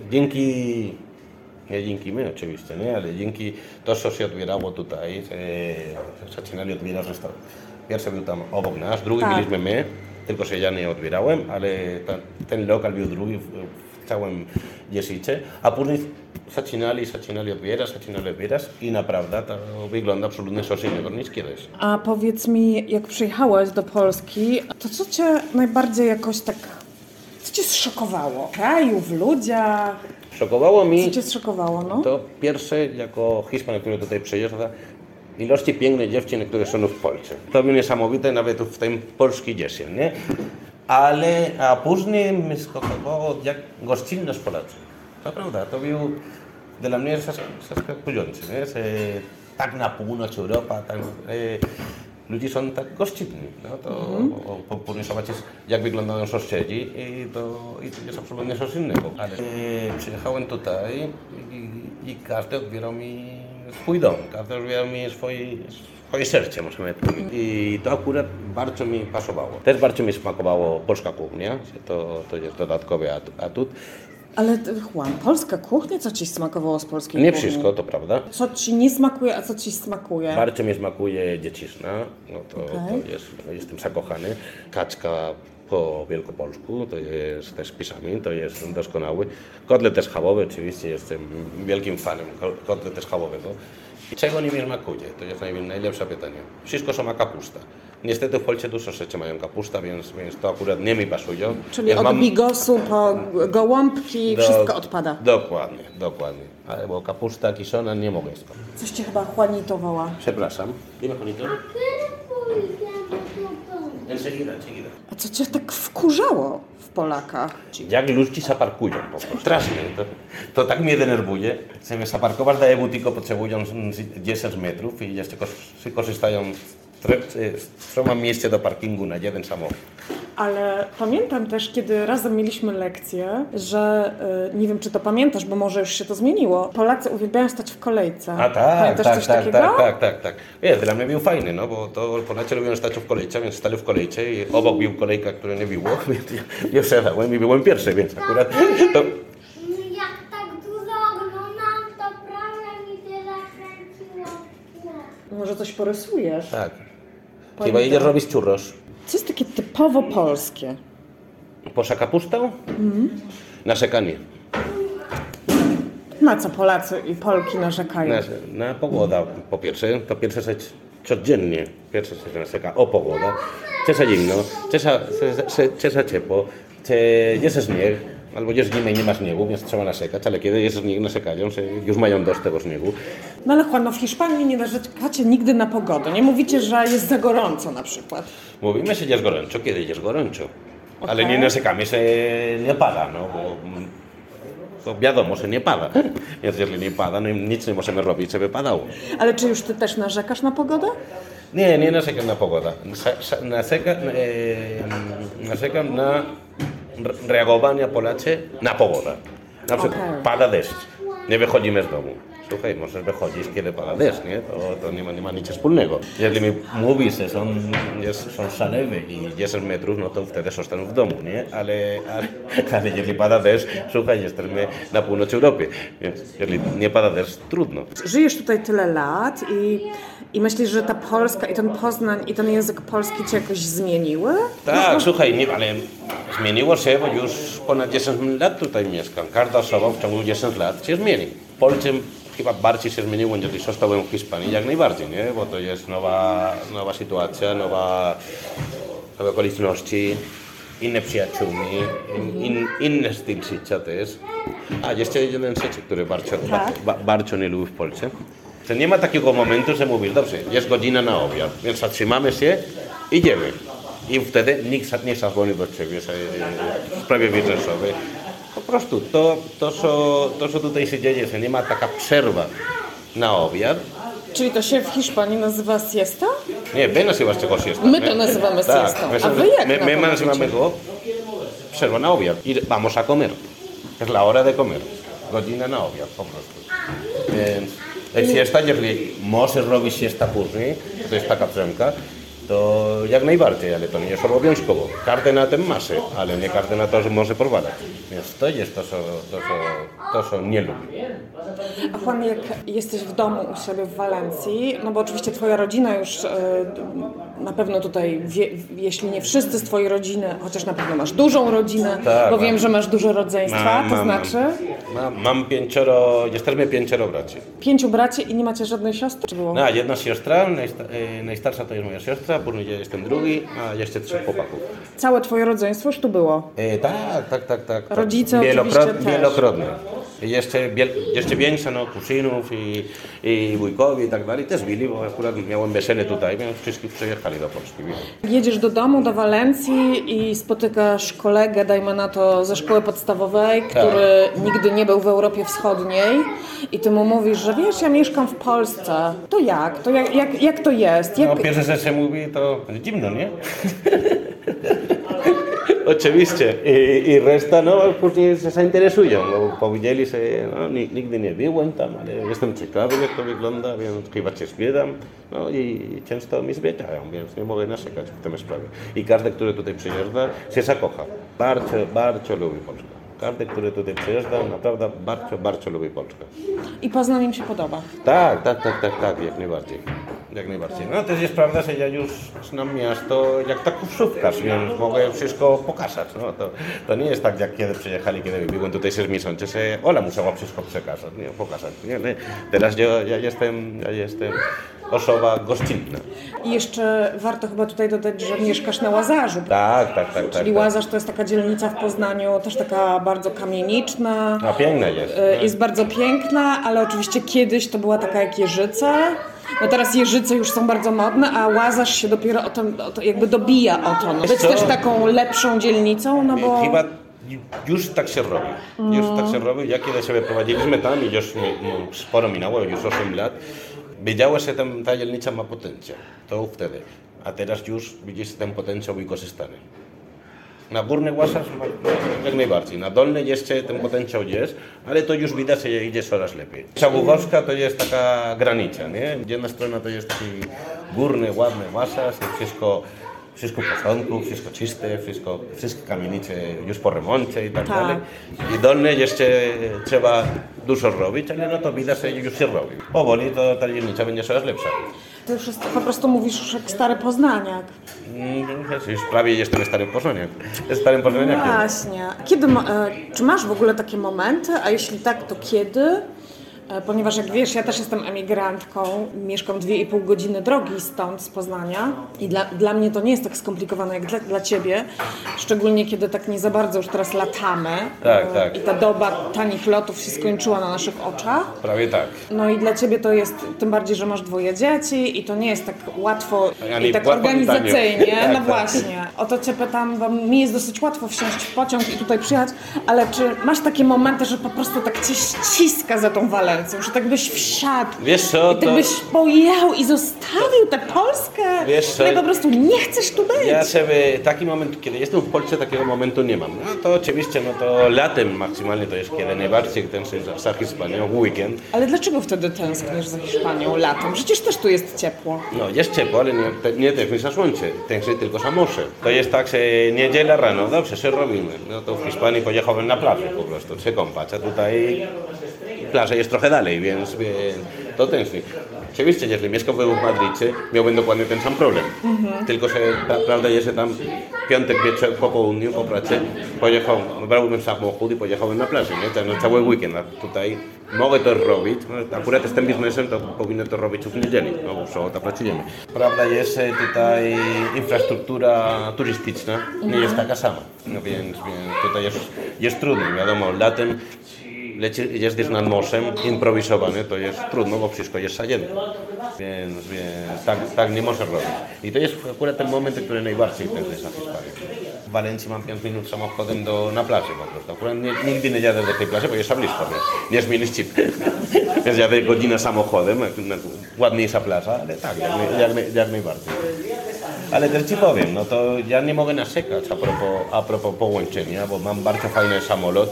[SPEAKER 2] nie dzięki my oczywiście, nie? Ale dzięki to, co się odbierało tutaj, zaczynali odbierać restaurant. Pierwszy był tam obok nas, drugi byliśmy my, tylko że ja nie odbierałem, ale ten lokal był drugi w całym Jeżyce, a później zaczynali odbierać i naprawdę to wygląda absolutnie coś innego niż kiedyś.
[SPEAKER 1] A powiedz mi, jak przyjechałeś do Polski, to co cię najbardziej jakoś tak, co cię zszokowało? W kraju, w ludziach?
[SPEAKER 2] Szokowało mi,
[SPEAKER 1] Co cię zszokowało, no?
[SPEAKER 2] to pierwsze, jako Hiszpan, który tutaj przyjeżdża, ilości pięknych dziewczyn, które są w Polsce. To było niesamowite, nawet w tym polski dziewczyn, nie? A później mnie zszokowało, jak gościnność Polacy. To prawda, to był dla mnie zaskakujące, nie? Tak na północ Europa, tak, ludzie są tak gościnni. No to później zobaczyć, jak wyglądają sąsiedzi i to jest absolutnie coś innego. Ale przyjechałem tutaj i każdy odbierał mi swój dom, każdy odbierał mi swoje serce, możemy powiedzieć. I to akurat bardzo mi pasowało. Też bardzo mi smakowało polska kuchnia, to jest dodatkowy atut.
[SPEAKER 1] Ale Juan, polska kuchnia? Co ci smakowało z polskiej
[SPEAKER 2] Nie
[SPEAKER 1] kuchni?
[SPEAKER 2] wszystko, to prawda.
[SPEAKER 1] Co ci nie smakuje, a co ci smakuje?
[SPEAKER 2] Bardzo mi smakuje dzieciszna, no to jestem zakochany. Kaczka po wielkopolsku, to jest też pisami, to jest doskonały. Kotlet też schabowy, oczywiście jestem wielkim fanem kotletu schabowego. I czego nie mi smakuje? To jest najlepsze pytanie. Wszystko co ma kapusta. Niestety w Polsce dużo rzeczy mają kapusta, więc to akurat nie mi pasuje.
[SPEAKER 1] Czyli od bigosu po gołąbki wszystko odpada.
[SPEAKER 2] Dokładnie. Ale bo kapusta kiszona nie mogę jeść.
[SPEAKER 1] Coś cię chyba Juanito woła.
[SPEAKER 2] Przepraszam. Dime Juanito. Enseguida.
[SPEAKER 1] A co cię tak wkurzało w Polakach?
[SPEAKER 2] Jak ludzie zaparkują po prostu. Strasznie. To tak mnie denerwuje. Żeby zaparkować daje butiko potrzebują 10 metrów i jeszcze korzystają co mam miejsce do parkingu na jeden samochód.
[SPEAKER 1] Ale pamiętam też, kiedy razem mieliśmy lekcję, że nie wiem, czy to pamiętasz, bo może już się to zmieniło. Polacy uwielbiają stać w kolejce.
[SPEAKER 2] A tak,
[SPEAKER 1] pamiętasz coś takiego?
[SPEAKER 2] Tak. Dla mnie był fajny, no bo to Polacy lubią stać w kolejce, więc stali w kolejce i obok był kolejka, która nie było, więc ja wsiadałem i byłem pierwszy, więc akurat to...
[SPEAKER 4] Jak tak dużo oglądam, to prawie mi się zakręciło.
[SPEAKER 1] Może coś porysujesz?
[SPEAKER 2] Tak.
[SPEAKER 1] Pamiętam.
[SPEAKER 2] Chyba idziesz robić churros.
[SPEAKER 1] Co jest takie typowo polskie?
[SPEAKER 2] Posza kapustę? Narzekanie.
[SPEAKER 1] Na co Polacy i Polki narzekają?
[SPEAKER 2] Na pogodę po pierwsze. To pierwsza rzecz codziennie. Pierwsza rzecz narzeka o pogodę. Czy za zimno, czy za ciepło, czy jest śnieg. albo jest zima i nie ma śniegu, więc trzeba nasekać, ale kiedy jest śnieg, nasekają się, już mają dość tego śniegu.
[SPEAKER 1] No ale Juan, w Hiszpanii nie narzekacie nigdy na pogodę. Nie mówicie, że jest za gorąco na przykład.
[SPEAKER 2] Mówimy, że jest gorąco, kiedy jest gorąco. Ale
[SPEAKER 1] Okej.
[SPEAKER 2] nie nasekamy, że nie pada, no bo to wiadomo, że nie pada. Więc jeżeli nie pada, no nic nie możemy robić, żeby padało.
[SPEAKER 1] Ale czy już ty też narzekasz na pogodę?
[SPEAKER 2] Nie nasekam na pogodę. Nasekam na reagowanie Polacy na pogodę. Na przykład
[SPEAKER 1] Okej.
[SPEAKER 2] pada deszcz, nie wychodzimy z domu. Słuchaj, możesz wychodzić, kiedy pada deszcz, nie? To nie ma nic wspólnego. Jeżeli mi mówisz, że są zalewy i 10 metrów, no to wtedy zostaną w domu, nie? Ale jeżeli pada deszcz, słuchaj, jesteśmy na północy Europy, więc jeżeli nie pada deszcz, trudno.
[SPEAKER 1] Żyjesz tutaj tyle lat i myślisz, że ta Polska i ten Poznań i ten język polski cię jakoś zmieniły?
[SPEAKER 2] Tak, słuchaj, ale zmieniło się, bo już ponad 10 lat tutaj mieszkam. Każda osoba w ciągu 10 lat się zmieni. Polsce chyba bardziej się zmieniło, niż zostałem w Hiszpanii, jak najbardziej, nie? Bo to jest nowa sytuacja, nowe okoliczności, inne przyjaciółmi, inny styl życia też. A jeszcze jeden rzecz, który bardzo nie lubię w Polsce. Że nie ma takiego momentu, że mówisz, dobrze, jest godzina na obiad, więc zatrzymamy się, idziemy. I wtedy nikt nie zadzwoni do ciebie w sprawie biznesowej. Po prostu to, co tutaj się dzieje, że nie ma taka przerwa na obiad.
[SPEAKER 1] Czyli to się w Hiszpanii nazywa siesta?
[SPEAKER 2] Nie, wy nazywasz tego siesta.
[SPEAKER 1] My to nazywamy siestą. A wy jak na to
[SPEAKER 2] my
[SPEAKER 1] mówicie?
[SPEAKER 2] nazywamy go przerwa na obiad. I vamos a comer. Es la hora de comer. Godzina na obiad, po prostu. Więc siesta, jeżeli możesz robić siesta później, to jest taka przemka, to jak najbardziej, ale to nie jest obowiązkowo. Każdy na tym ma się, ale nie każdy na to może pozwalać. Więc to jest to, co nie lubię.
[SPEAKER 1] A Juan, jak jesteś w domu u siebie w Walencji, no bo oczywiście twoja rodzina już na pewno tutaj, jeśli nie wszyscy z twojej rodziny, chociaż na pewno masz dużą rodzinę,
[SPEAKER 2] Tak,
[SPEAKER 1] bo
[SPEAKER 2] mam.
[SPEAKER 1] wiem, że masz dużo rodzeństwa, to znaczy
[SPEAKER 2] Mam jesteśmy 5 braci.
[SPEAKER 1] 5 braci i nie macie żadnej siostry? Czy było?
[SPEAKER 2] No, jedna siostra, najstarsza to jest moja siostra, później ja jestem drugi, a jeszcze 3 chłopaków.
[SPEAKER 1] Całe twoje rodzeństwo już tu było?
[SPEAKER 2] Tak.
[SPEAKER 1] Rodzice oczywiście też.
[SPEAKER 2] Wielokrotnie. I jeszcze więcej, no, kuzynów i wujkowie i tak dalej też byli, bo akurat miałem wesele tutaj, więc wszyscy przyjechali do Polski.
[SPEAKER 1] Jedziesz do domu, do Walencji i spotykasz kolegę, dajmy na to, ze szkoły podstawowej, który nigdy nie był w Europie Wschodniej i ty mu mówisz, że wiesz, ja mieszkam w Polsce. To jak? Jak to jest?
[SPEAKER 2] No, pierwsze rzeczy mówi, to dziwno, nie? Oczywiście. I reszta, no, później się zainteresują, bo powiedzieli, że no, nigdy nie byłem tam, ale jestem ciekawy, jak to wygląda, więc chyba się zbieram. No i często mi zwiedzają, więc nie mogę narzekać w tym sprawie. I każdy, który tutaj przyjeżdża, się zakocha. Bardzo lubi Polskę. Każdy, który tutaj przyjeżdża, naprawdę bardzo lubi Polskę.
[SPEAKER 1] I Poznań im się podoba.
[SPEAKER 2] Tak, jak najbardziej. No też jest prawda, że ja już znam miasto jak taksówkarz, więc mogę wszystko pokazać. No, to nie jest tak, jak kiedy przyjechali, kiedy byłem tutaj 6 miesięcy, że Ola musiała wszystko przekazać, nie, pokazać. Nie? Teraz ja jestem osoba gościnna.
[SPEAKER 1] I jeszcze warto chyba tutaj dodać, że mieszkasz na Łazarzu.
[SPEAKER 2] Tak.
[SPEAKER 1] Czyli Łazarz to jest taka dzielnica w Poznaniu, też taka bardzo kamieniczna.
[SPEAKER 2] No piękna jest.
[SPEAKER 1] Jest bardzo piękna, ale oczywiście kiedyś to była taka jak Jeżyce. No teraz Jeżyce już są bardzo modne, a Łazarz się dopiero o to jakby dobija o to. No. Być też taką lepszą dzielnicą, no bo...
[SPEAKER 2] Chyba już tak się robi. Ja kiedy sobie prowadziliśmy tam i już sporo minęło, już 8 lat, wiedziałem, że ta dzielnica ma potencjał. To wtedy. A teraz już widzisz ten potencjał wykorzystany. Na górny Łazarz jak najbardziej. Na dolny jeszcze ten potencjał jest, ale to już widać, że idzie coraz lepiej. Czaługowska to jest taka granica, nie? Jedna strona to jest taki górny, ładny Łazarz, wszystko w porządku, wszystko czyste, wszystkie kamienice już po remoncie i tak dalej. I dolne jeszcze trzeba dużo robić, ale no to widać, że już się robi. Powoli to ta dzielnica będzie coraz lepsza.
[SPEAKER 1] Ty już po prostu mówisz już jak stary poznaniak.
[SPEAKER 2] Już prawie jestem starym Poznaniakiem.
[SPEAKER 1] Właśnie. Czy masz w ogóle takie momenty, a jeśli tak, to kiedy, Ponieważ jak wiesz, ja też jestem emigrantką, mieszkam 2,5 godziny drogi stąd, z Poznania i dla mnie to nie jest tak skomplikowane jak dla ciebie, szczególnie kiedy tak nie za bardzo już teraz latamy
[SPEAKER 2] Tak.
[SPEAKER 1] i ta doba tanich lotów się skończyła na naszych oczach.
[SPEAKER 2] Prawie tak.
[SPEAKER 1] No i dla ciebie to jest, tym bardziej, że masz 2 dzieci i to nie jest tak łatwo
[SPEAKER 2] Ani
[SPEAKER 1] i tak
[SPEAKER 2] łatwo, ani
[SPEAKER 1] organizacyjnie.
[SPEAKER 2] tanio.
[SPEAKER 1] No
[SPEAKER 2] Tak.
[SPEAKER 1] właśnie, o to cię pytam, bo mi jest dosyć łatwo wsiąść w pociąg i tutaj przyjechać, ale czy masz takie momenty, że po prostu tak cię ściska za tą Walencją, że tak byś wsiadł
[SPEAKER 2] Wiesz co,
[SPEAKER 1] i tak
[SPEAKER 2] to-
[SPEAKER 1] byś pojechał i zostawił tę Polskę,
[SPEAKER 2] Wiesz co,
[SPEAKER 1] której po prostu nie chcesz tu być.
[SPEAKER 2] Ja sobie taki moment, kiedy jestem w Polsce, takiego momentu nie mam. No to oczywiście, no to latem maksymalnie to jest kiedy najbardziej tęsknię za Hiszpanią, w weekend.
[SPEAKER 1] Ale dlaczego wtedy tęskniesz za Hiszpanią latem? Przecież też tu jest ciepło.
[SPEAKER 2] No jest ciepło, ale nie tęsknię za słońce, tęsknię tylko za morze. To jest tak, że niedziela rano, dobrze, co robimy? No to w Hiszpanii pojechałem na plażę po prostu, się kąpać, a tutaj plaża jest trochę dalej, więc to tęsknię. Oczywiście, jeżeli mieszkałbym w Madrycie, miałbym dokładnie ten sam problem. Tylko, że prawda jest, że tam piątek wieczór po południu, po pracy, brałbym samochód i pojechałem na plażę, nie? Ten cały weekend. A tutaj mogę to robić, no, akurat jestem biznesem, to powinien to robić w niedzielę, no bo w sobotę pracujemy. Prawda jest, że tutaj infrastruktura turystyczna nie jest taka sama, no więc tutaj jest trudno, wiadomo, latem jeździsz nad morzem, improwizowane, to jest trudno, bo wszystko jest sajęte. Więc tak nie można robić. I to jest akurat ten moment, który najbardziej tęsknię za Hiszpanią. W Walencji mam 5 minut samochodem na plaży po prostu. Akurat nigdy nie jadę do tej plaży, bo jest za blisko, nie zmienisz chip. Więc jadę godzinę samochodem, ładniejsza plaża, ale tak, jak najbardziej. Ale też ci powiem, no to ja nie mogę narzekać a propos połączenia, bo mam bardzo fajny samolot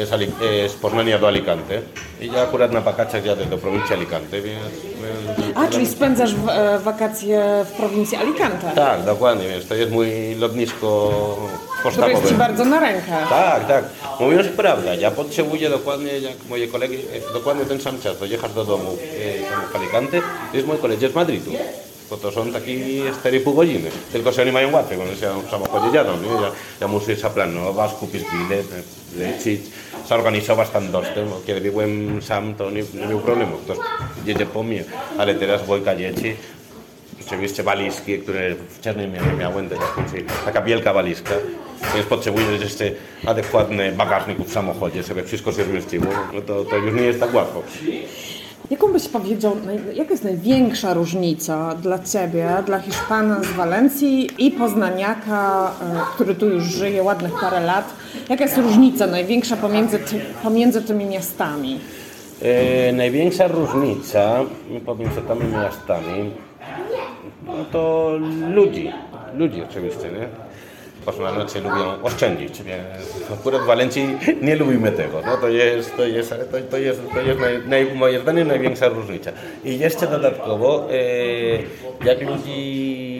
[SPEAKER 2] z Poznania do Alicante i ja akurat na wakacjach jadę do prowincji Alicante, więc...
[SPEAKER 1] Czyli spędzasz wakacje w prowincji Alicante.
[SPEAKER 2] Tak, dokładnie, więc to jest mój lotnisko
[SPEAKER 1] Które
[SPEAKER 2] podstawowe.
[SPEAKER 1] jest ci bardzo na rękę.
[SPEAKER 2] Tak. Mówiąc prawda, ja potrzebuję dokładnie, jak moje kolegi, dokładnie ten sam czas, dojechać do domu w Alicante, to jest mój koledzy z Madrytu. Bo to są takie 4,5 godziny. Tylko, że oni mają łatwiej, bo oni się w samochodzie jadą. Nie? Ja muszę zaplanować, kupić bilet, lecieć, zorganizować tam dostęp. Bo kiedy byłem sam, to nie miał problemu. Ktoś jedzie po mnie, ale teraz dwójka dzieci. Oczywiście walizki, które wcześniej miałem, teraz taka wielka walizka. Więc potrzebuję jeszcze adekwatny bagażnik w samochodzie, żeby wszystko się zmieściło. No to już nie jest tak łatwo.
[SPEAKER 1] Jaką byś powiedział, jaka jest największa różnica dla ciebie, dla Hiszpana z Walencji i poznaniaka, który tu już żyje ładnych parę lat? Jaka jest różnica największa pomiędzy tymi miastami?
[SPEAKER 2] Największa różnica pomiędzy tymi miastami no to ludzi oczywiście, nie? Poznaniacy lubią oszczędzić, więc akurat w Walencji nie lubimy tego. No to jest moim zdaniem największa różnica. I jeszcze dodatkowo, jak ludzi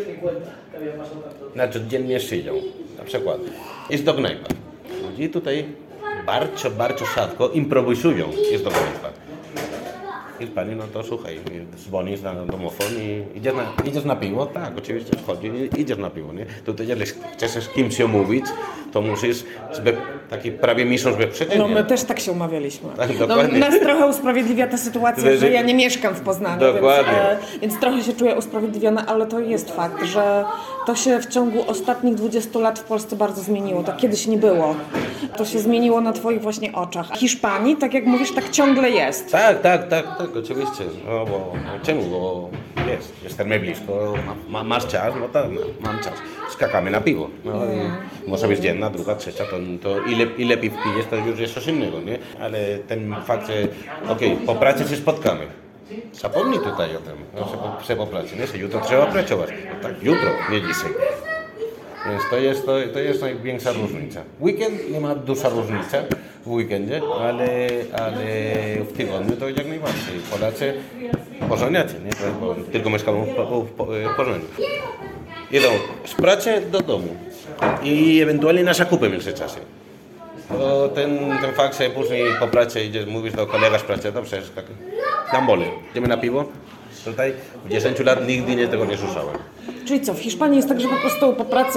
[SPEAKER 2] codziennie żyją, na przykład jest do knajpa. Ludzie tutaj bardzo rzadko improwizują, jest do knajpa. W Hiszpanii, no to słuchaj, dzwonisz na domofon i idziesz na piwo, tak, oczywiście wchodzi i idziesz na piwo, nie? Tutaj jeżeli chcesz z kimś się umówić, to musisz taki prawie miesiąc wyprzedzenia.
[SPEAKER 1] No my też tak się umawialiśmy.
[SPEAKER 2] Tak,
[SPEAKER 1] no,
[SPEAKER 2] dokładnie.
[SPEAKER 1] nas trochę usprawiedliwia ta sytuacja, że ja nie mieszkam w Poznaniu, więc trochę się czuję usprawiedliwiona, ale to jest fakt, że to się w ciągu ostatnich 20 lat w Polsce bardzo zmieniło. Tak kiedyś nie było. To się zmieniło na twoich właśnie oczach. A w Hiszpanii, tak jak mówisz, tak ciągle jest.
[SPEAKER 2] Tak, oczywiście. No bo czemu? Bo jesteśmy blisko, masz czas, no tak, mam czas. Skakamy na piwo. No, może być jedna, druga, trzecia, to ile piw pijesz, to już jest coś innego, nie? Ale ten fakt, że po pracy się spotkamy. Zapomnij tutaj o tym, no, że po pracy, nie? Że jutro trzeba pracować. No tak, jutro, nie dzisiaj. Więc to jest największa różnica. Weekend nie ma duża różnica w weekendzie, ale w tygodniu to jak najbardziej. Polacy pożeniacie, nie? Bo tylko mieszkamy w Poznaniu. Idą z pracy do domu i ewentualnie na zakupy w międzyczasie. To ten fakt, że później po pracy idziesz, mówisz do kolega z pracy, to przecież tak, nam boli, idziemy na piwo. Tutaj w 10 lat nigdy tego nie słyszałem.
[SPEAKER 1] Czyli co, w Hiszpanii jest tak, że po prostu po pracy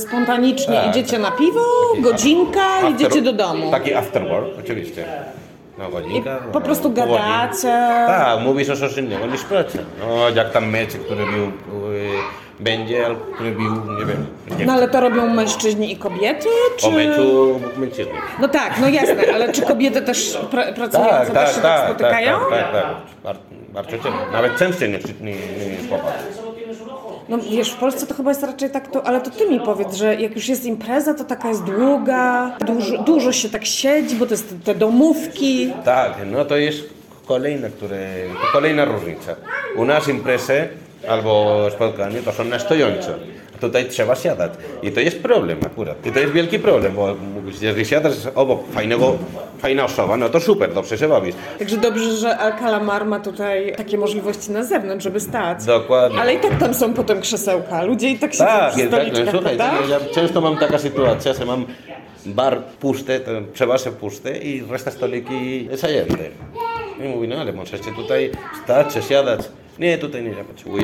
[SPEAKER 1] spontanicznie idziecie na piwo, godzinka i idziecie do domu.
[SPEAKER 2] Taki after work, oczywiście. No, godzinka.
[SPEAKER 1] Po prostu
[SPEAKER 2] pół godziny.
[SPEAKER 1] gadacie.
[SPEAKER 2] Tak, mówisz o coś innego niż praca. No, jak tam mecz, który był, będzie, albo który był, nie wiem.
[SPEAKER 1] No ale to robią mężczyźni i kobiety, czy...
[SPEAKER 2] Po meczu mężczyzn.
[SPEAKER 1] No tak, no jasne, ale czy kobiety też pracujące też się tak spotykają?
[SPEAKER 2] Tak. Bardzo często. Nawet częściej niż chłopacy.
[SPEAKER 1] No wiesz, w Polsce to chyba jest raczej tak, ale to ty mi powiedz, że jak już jest impreza, to taka jest długa, dużo się tak siedzi, bo to jest te domówki.
[SPEAKER 2] Tak, no to jest kolejna różnica. U nas imprezy albo spotkanie to są na stojąco. Tutaj trzeba siadać. I to jest problem akurat. I to jest wielki problem, bo jeżeli siadasz obok fajna osoba, no to super, dobrze się bawisz.
[SPEAKER 1] Także dobrze, że Alcalá Mar ma tutaj takie możliwości na zewnątrz, żeby stać.
[SPEAKER 2] Dokładnie.
[SPEAKER 1] Ale i tak tam są potem krzesełka, ludzie i tak siedzą przy
[SPEAKER 2] Tak,
[SPEAKER 1] stoliczkach,
[SPEAKER 2] słuchaj,
[SPEAKER 1] prawda?
[SPEAKER 2] ja często mam taka sytuacja, że mam bar pusty, przeważnie pusty i reszta stoliki zajęte. I mówi, no ale możecie tutaj stać, czy siadać. Nie, tutaj nie, ja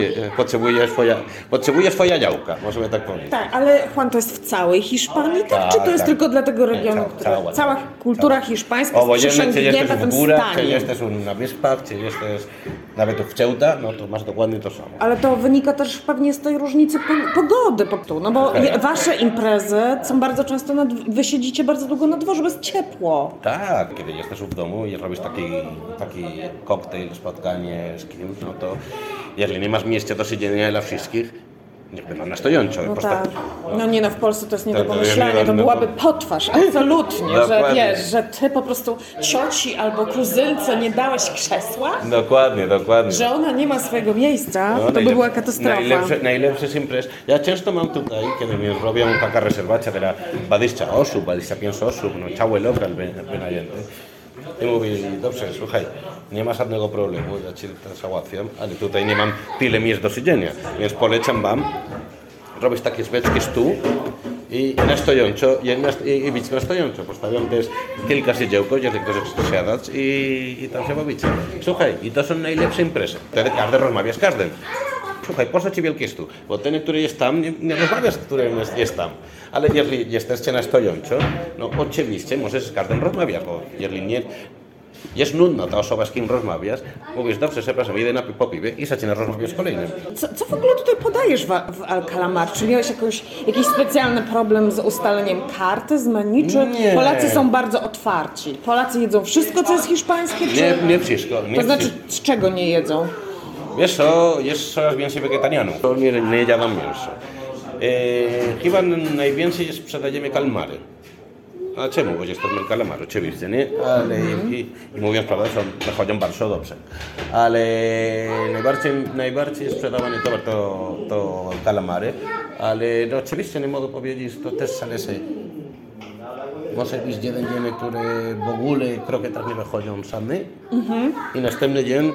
[SPEAKER 2] potrzebuję swoja działka, możemy tak powiedzieć.
[SPEAKER 1] Tak, ale Juan, to jest w całej Hiszpanii, tak?
[SPEAKER 2] Tak,
[SPEAKER 1] Czy to jest
[SPEAKER 2] tak.
[SPEAKER 1] tylko dla tego regionu, cała kultura hiszpańska jest
[SPEAKER 2] Obojętnie, czy jesteś
[SPEAKER 1] przysięgnięta
[SPEAKER 2] w
[SPEAKER 1] tym
[SPEAKER 2] górach, czy
[SPEAKER 1] staniem.
[SPEAKER 2] jesteś na wyspach, czy jesteś nawet w Ceuta, no to masz dokładnie to samo.
[SPEAKER 1] Ale to wynika też pewnie z tej różnicy pogody, no bo wasze imprezy są bardzo często, wy siedzicie bardzo długo na dworze, bo jest ciepło.
[SPEAKER 2] Tak, kiedy jesteś w domu i robisz taki koktajl, spotkanie z kimś, no to jeżeli nie masz miejsca do siedzenia dla wszystkich, niech będą na stojąco.
[SPEAKER 1] No
[SPEAKER 2] po
[SPEAKER 1] tak.
[SPEAKER 2] prostu.
[SPEAKER 1] No nie, no w Polsce to jest nie do
[SPEAKER 2] To jest
[SPEAKER 1] pomyślenia,
[SPEAKER 2] nie
[SPEAKER 1] to
[SPEAKER 2] do-
[SPEAKER 1] byłaby potwarz, absolutnie, że
[SPEAKER 2] Dokładnie.
[SPEAKER 1] wiesz, że ty po prostu cioci albo kuzynce nie dałeś krzesła,
[SPEAKER 2] Dokładnie.
[SPEAKER 1] że ona nie ma swojego miejsca,
[SPEAKER 2] No,
[SPEAKER 1] to by była katastrofa.
[SPEAKER 2] Najlepsze z imprez. Ja często mam tutaj, kiedy mi robią taka rezerwacja dla 20 osób, 25 osób, no cały lokal wynajęty. I mówi, dobrze, słuchaj, nie ma żadnego problemu, ja ci to załatwiam, ale tutaj nie mam tyle miejsc do siedzenia, więc polecam wam robić takie szwedzkie stół i na stojąco, i być na stojąco. Postawiam też kilka siedziełko, jeżeli ktoś chce siadać i tam się bawić. Słuchaj, i to są najlepsze imprezy. Wtedy każdy rozmawia z każdym. Słuchaj, po co ci wielki stół? Bo ten, który jest tam, nie rozmawiasz z którym jest tam. Ale jeżeli jesteście na stojąco, no oczywiście możesz z każdym rozmawiać, bo jeżeli nie jest nudna ta osoba, z kim rozmawiasz, mówisz, dobrze, przepraszam, idę po piwie i zaczynasz rozmawiać z kolejnym.
[SPEAKER 1] Co w ogóle tutaj podajesz w Alcalá Mar? Czy miałeś jakiś specjalny problem z ustaleniem karty, z menu? Czy
[SPEAKER 2] Nie.
[SPEAKER 1] Polacy są bardzo otwarci? Polacy jedzą wszystko, co jest hiszpańskie? Czy...
[SPEAKER 2] Nie wszystko.
[SPEAKER 1] To znaczy, z czego nie jedzą?
[SPEAKER 2] Wiesz co, jest coraz więcej wegetarianów, to nie jedzą mięso. Chyba najwięcej sprzedajemy kalmary. A czemu? Bo jest to kalamar, oczywiście, nie? Ale i mówiąc prawdę, chodzą bardzo dobrze. Ale najbardziej sprzedawane towar to kalamary, ale no, oczywiście nie mogę powiedzieć, to też zależy. Może być jeden dzień, który w ogóle krokietach nie wychodzą same i następny dzień,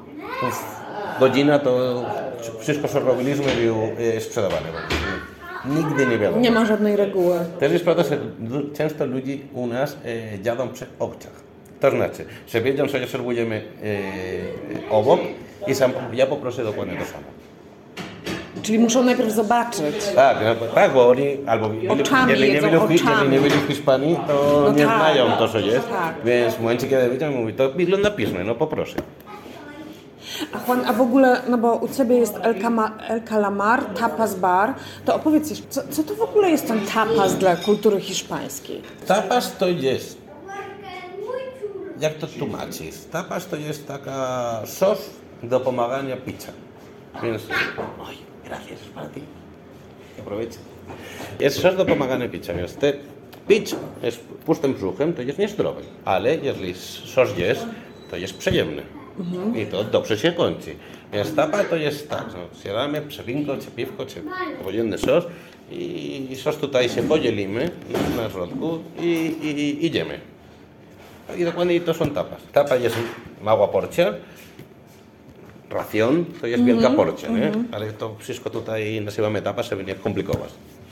[SPEAKER 2] godzina to wszystko co robiliśmy było sprzedawane. Nigdy nie wiadomo.
[SPEAKER 1] Nie ma żadnej reguły.
[SPEAKER 2] Też jest prawda, że często ludzi u nas jadą przy oczach. To znaczy, że wiedzą, że serwujemy obok i ja poproszę dokładnie to samo.
[SPEAKER 1] Czyli muszą najpierw zobaczyć.
[SPEAKER 2] Tak, bo oni albo
[SPEAKER 1] Oczami
[SPEAKER 2] jeżeli
[SPEAKER 1] jedzą,
[SPEAKER 2] nie byli w Hiszpanii, to
[SPEAKER 1] No
[SPEAKER 2] nie
[SPEAKER 1] tak.
[SPEAKER 2] znają to, co jest.
[SPEAKER 1] Tak.
[SPEAKER 2] Więc w momencie, kiedy widzą, mówi, to wygląda pyszne, no poproszę.
[SPEAKER 1] A Juan, a w ogóle, no bo u Ciebie jest Alcalá Mar, tapas bar, to opowiedz jeszcze, co to w ogóle jest ten tapas dla kultury hiszpańskiej?
[SPEAKER 2] Tapas to jest, jak to tłumaczyć? Tapas to jest taka sos do pomagania pizza. Więc, oj, gracias para ti. Aprovecha. Jest sos do pomagania pizza, więc pizza jest pustym brzuchem, to jest niezdrowe, ale jeżeli sos jest, to jest przyjemny. I to dobrze się kończy. Więc tapa to jest tak, no, zjadamy przewinko, czy piwko, czy wojenny sos i sos tutaj się podzielimy na środku i idziemy. I dokładnie to są tapas. Tapa jest mała porcja, racjon to jest wielka porcja, nie? Ale to wszystko tutaj nazywamy tapas, żeby nie komplikować.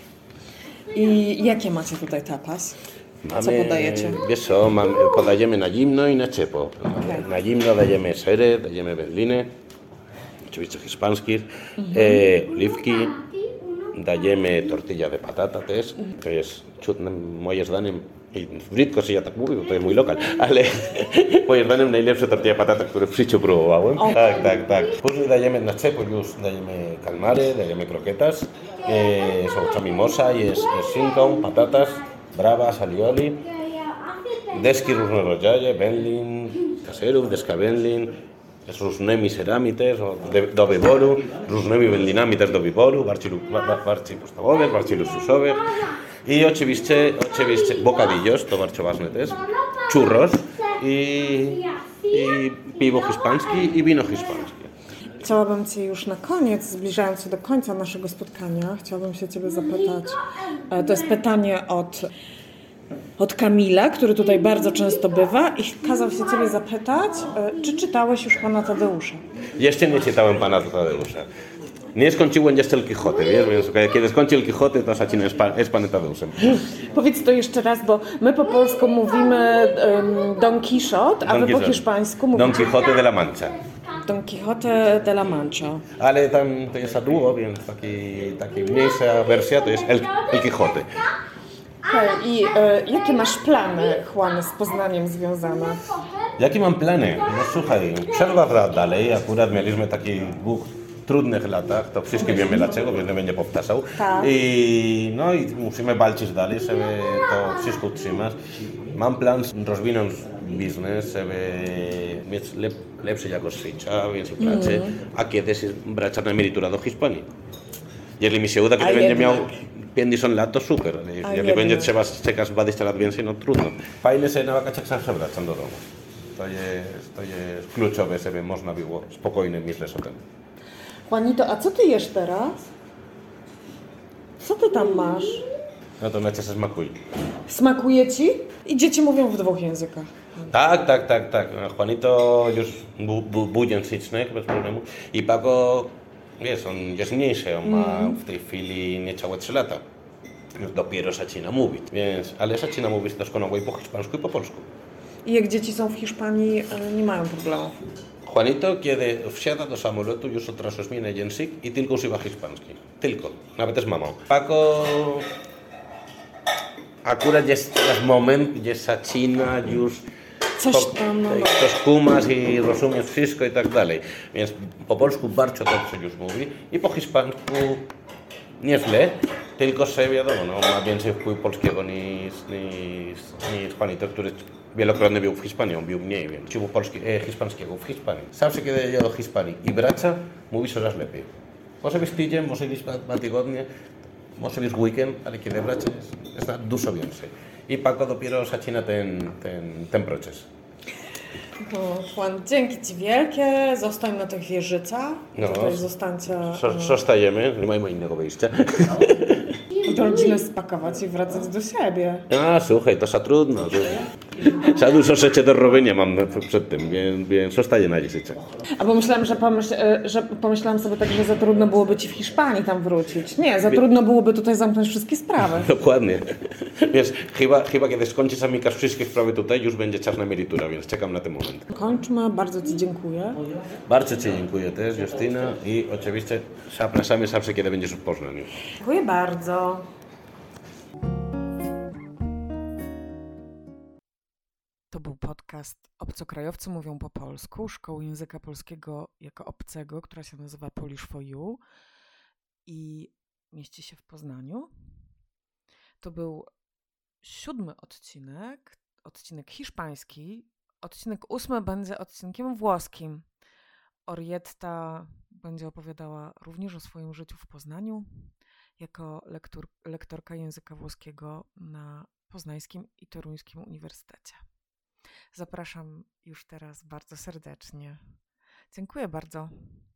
[SPEAKER 1] I jakie macie tutaj tapas? Co podajecie?
[SPEAKER 2] Wiesz co, podajemy na zimno i na ciepło.
[SPEAKER 1] Okay.
[SPEAKER 2] Na zimno dajemy sery, dajemy wędliny, oczywiście hiszpańskich, oliwki, dajemy tortilla de patata też. To jest, moim zdaniem, I brzydko, że ja tak mówię, bo to jest mój lokal, ale moim zdaniem najlepsze tortilla patata, które w życiu próbowałem. Tak. Później dajemy na cepu już dajemy kalmary, dajemy croquetas, z owocami morza, jest szynką, patatas, bravas, alioli, deski różne rodzaje, wędlin, kaserów, deska wędlin, z różnymi serami też do wyboru, różnymi wędlinami też do wyboru, bardziej podstawowych, bardziej luksusowych. I oczywiście bocadillos, to bardzo ważne też, churros i piwo hiszpańskie i wino hiszpańskie.
[SPEAKER 1] Chciałabym Cię już na koniec, zbliżając się do końca naszego spotkania, chciałabym się Ciebie zapytać, to jest pytanie od Kamila, który tutaj bardzo często bywa i kazał się Ciebie zapytać, czy czytałeś już Pana Tadeusza?
[SPEAKER 2] Jeszcze nie czytałem Pana Tadeusza. Nie skończyłem jeszcze El Quijote, wiesz, więc kiedy skończę El Quijote, to zacznę z Panem Tadeuszem.
[SPEAKER 1] Powiedz to jeszcze raz, bo my po polsku mówimy Don Quixote, a wy po hiszpańsku mówicie
[SPEAKER 2] Don Quijote de la Mancha.
[SPEAKER 1] Don Quixote de la Mancha.
[SPEAKER 2] Ale tam to jest a długo, więc taka mniejsza wersja to jest El Quijote.
[SPEAKER 1] Hej, i jakie masz plany, Juan, z Poznaniem związane?
[SPEAKER 2] Jakie mam plany? No słuchaj, przerwa dalej, akurat mieliśmy takich 2 trudnych latach, to wszyscy wiemy dlaczego, więc nie będę powtarzał.
[SPEAKER 1] Tak.
[SPEAKER 2] I musimy walczyć dalej, żeby to wszystko utrzymać. Mam plan rozwinąć biznes, żeby mieć lepszą jakość życia, więcej pracy, a kiedyś wracać na emeryturę do Hiszpanii. Jeżeli mi się uda, kiedy będę miał 50 lat, to super, ale jeżeli będzie trzeba czekać 20 lat więcej, no trudno. Fajne, że na wakacjach zawsze wracam do domu. To jest kluczowe, żeby można było spokojnie myśleć o tym.
[SPEAKER 1] Juanito, a co Ty jesz teraz? Co Ty tam masz?
[SPEAKER 2] No to na cię smakuje.
[SPEAKER 1] Smakuje Ci? I dzieci mówią w 2 językach.
[SPEAKER 2] Tak. Juanito już był języczny, bez problemu. I Pago, wiesz, on jest mniejszy, on ma w tej chwili niecałe 3 lata. Już dopiero zaczyna mówić, więc, ale zaczyna mówić doskonale i po hiszpańsku, i po polsku.
[SPEAKER 1] I jak dzieci są w Hiszpanii, nie mają problemu.
[SPEAKER 2] Juanito, kiedy wsiada do samolotu, już od razu zmienia język i tylko używa hiszpański. Tylko, nawet z mamą. Pago akurat jest teraz moment, gdzie zaczyna już
[SPEAKER 1] Coś tam,
[SPEAKER 2] coś kumasz i rozumiesz wszystko i tak dalej. Więc po polsku bardzo dobrze już mówi i po hiszpańsku nieźle, tylko że wiadomo, no, ma więcej wpływu polskiego niż Juanito, który wielokrotnie był w Hiszpanii, on był mniej, więc uczył hiszpańskiego w Hiszpanii. Zawsze kiedy jedzie do Hiszpanii i wraca, mówi coraz lepiej. Może być tydzień, może być 2 tygodnie, może być weekend, ale kiedy wraca jest dużo więcej. I Pago dopiero zaczyna ten proces.
[SPEAKER 1] No, Juan, dzięki Ci wielkie. Zostań na tych wieżycach.
[SPEAKER 2] No.
[SPEAKER 1] Tutaj zostańcie.
[SPEAKER 2] Zostajemy, nie mamy innego wyjścia.
[SPEAKER 1] Do rodziny spakować i wracać do siebie.
[SPEAKER 2] A słuchaj, to za trudno. Za dużo rzeczy do robienia mam przed tym, więc zostaję na dziesięciu.
[SPEAKER 1] A bo myślałam, że pomyślałam sobie tak, że za trudno byłoby Ci w Hiszpanii tam wrócić. Nie, za trudno byłoby tutaj zamknąć wszystkie sprawy.
[SPEAKER 2] Dokładnie. Więc chyba kiedy skończy zamykać wszystkie sprawy tutaj, już będzie czas na emeryturę, więc czekam na ten moment.
[SPEAKER 1] Kończmy. Bardzo Ci dziękuję.
[SPEAKER 2] Bardzo Ci dziękuję też, Justyna, i oczywiście zapraszamy zawsze, kiedy będziesz w Poznaniu.
[SPEAKER 1] Dziękuję bardzo.
[SPEAKER 3] To był podcast Obcokrajowcy mówią po polsku, Szkoły Języka Polskiego jako Obcego, która się nazywa Polish for You i mieści się w Poznaniu. To był 7. odcinek hiszpański. Odcinek 8 będzie odcinkiem włoskim. Orietta będzie opowiadała również o swoim życiu w Poznaniu jako lektorka języka włoskiego na Poznańskim i Toruńskim Uniwersytecie. Zapraszam już teraz bardzo serdecznie. Dziękuję bardzo.